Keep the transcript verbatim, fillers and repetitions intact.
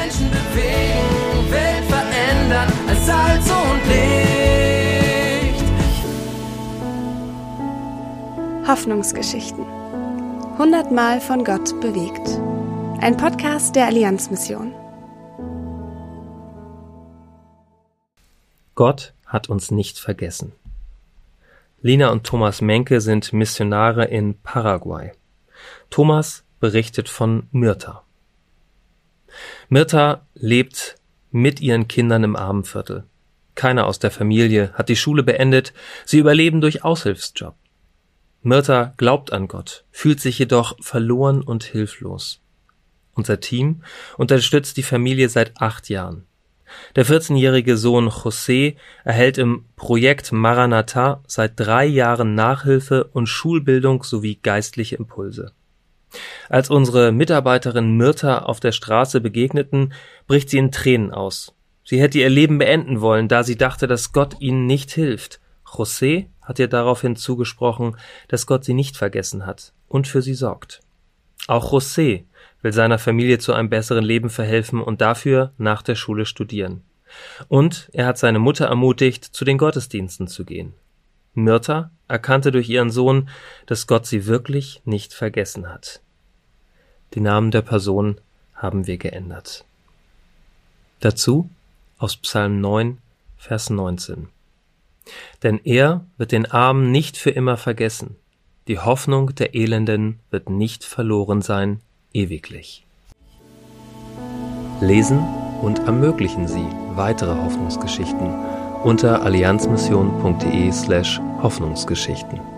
Menschen bewegen, Welt verändern, als Salz und Licht. Hoffnungsgeschichten. Hundertmal von Gott bewegt. Ein Podcast der Allianzmission. Gott hat uns nicht vergessen. Lina und Thomas Menke sind Missionare in Paraguay. Thomas berichtet von Mirta. Mirta lebt mit ihren Kindern im Armenviertel. Keiner aus der Familie hat die Schule beendet, sie überleben durch Aushilfsjob. Mirta glaubt an Gott, fühlt sich jedoch verloren und hilflos. Unser Team unterstützt die Familie seit acht Jahren. Der vierzehnjährige Sohn José erhält im Projekt Maranatha seit drei Jahren Nachhilfe und Schulbildung sowie geistliche Impulse. Als unsere Mitarbeiterin Mirta auf der Straße begegneten, bricht sie in Tränen aus. Sie hätte ihr Leben beenden wollen, da sie dachte, dass Gott ihnen nicht hilft. José hat ihr daraufhin zugesprochen, dass Gott sie nicht vergessen hat und für sie sorgt. Auch José will seiner Familie zu einem besseren Leben verhelfen und dafür nach der Schule studieren. Und er hat seine Mutter ermutigt, zu den Gottesdiensten zu gehen. Mirta erkannte durch ihren Sohn, dass Gott sie wirklich nicht vergessen hat. Die Namen der Personen haben wir geändert. Dazu aus Psalm neun, Vers neunzehn. Denn er wird den Armen nicht für immer vergessen. Die Hoffnung der Elenden wird nicht verloren sein, ewiglich. Lesen und ermöglichen Sie weitere Hoffnungsgeschichten unter allianzmission punkt de slash Hoffnungsgeschichten.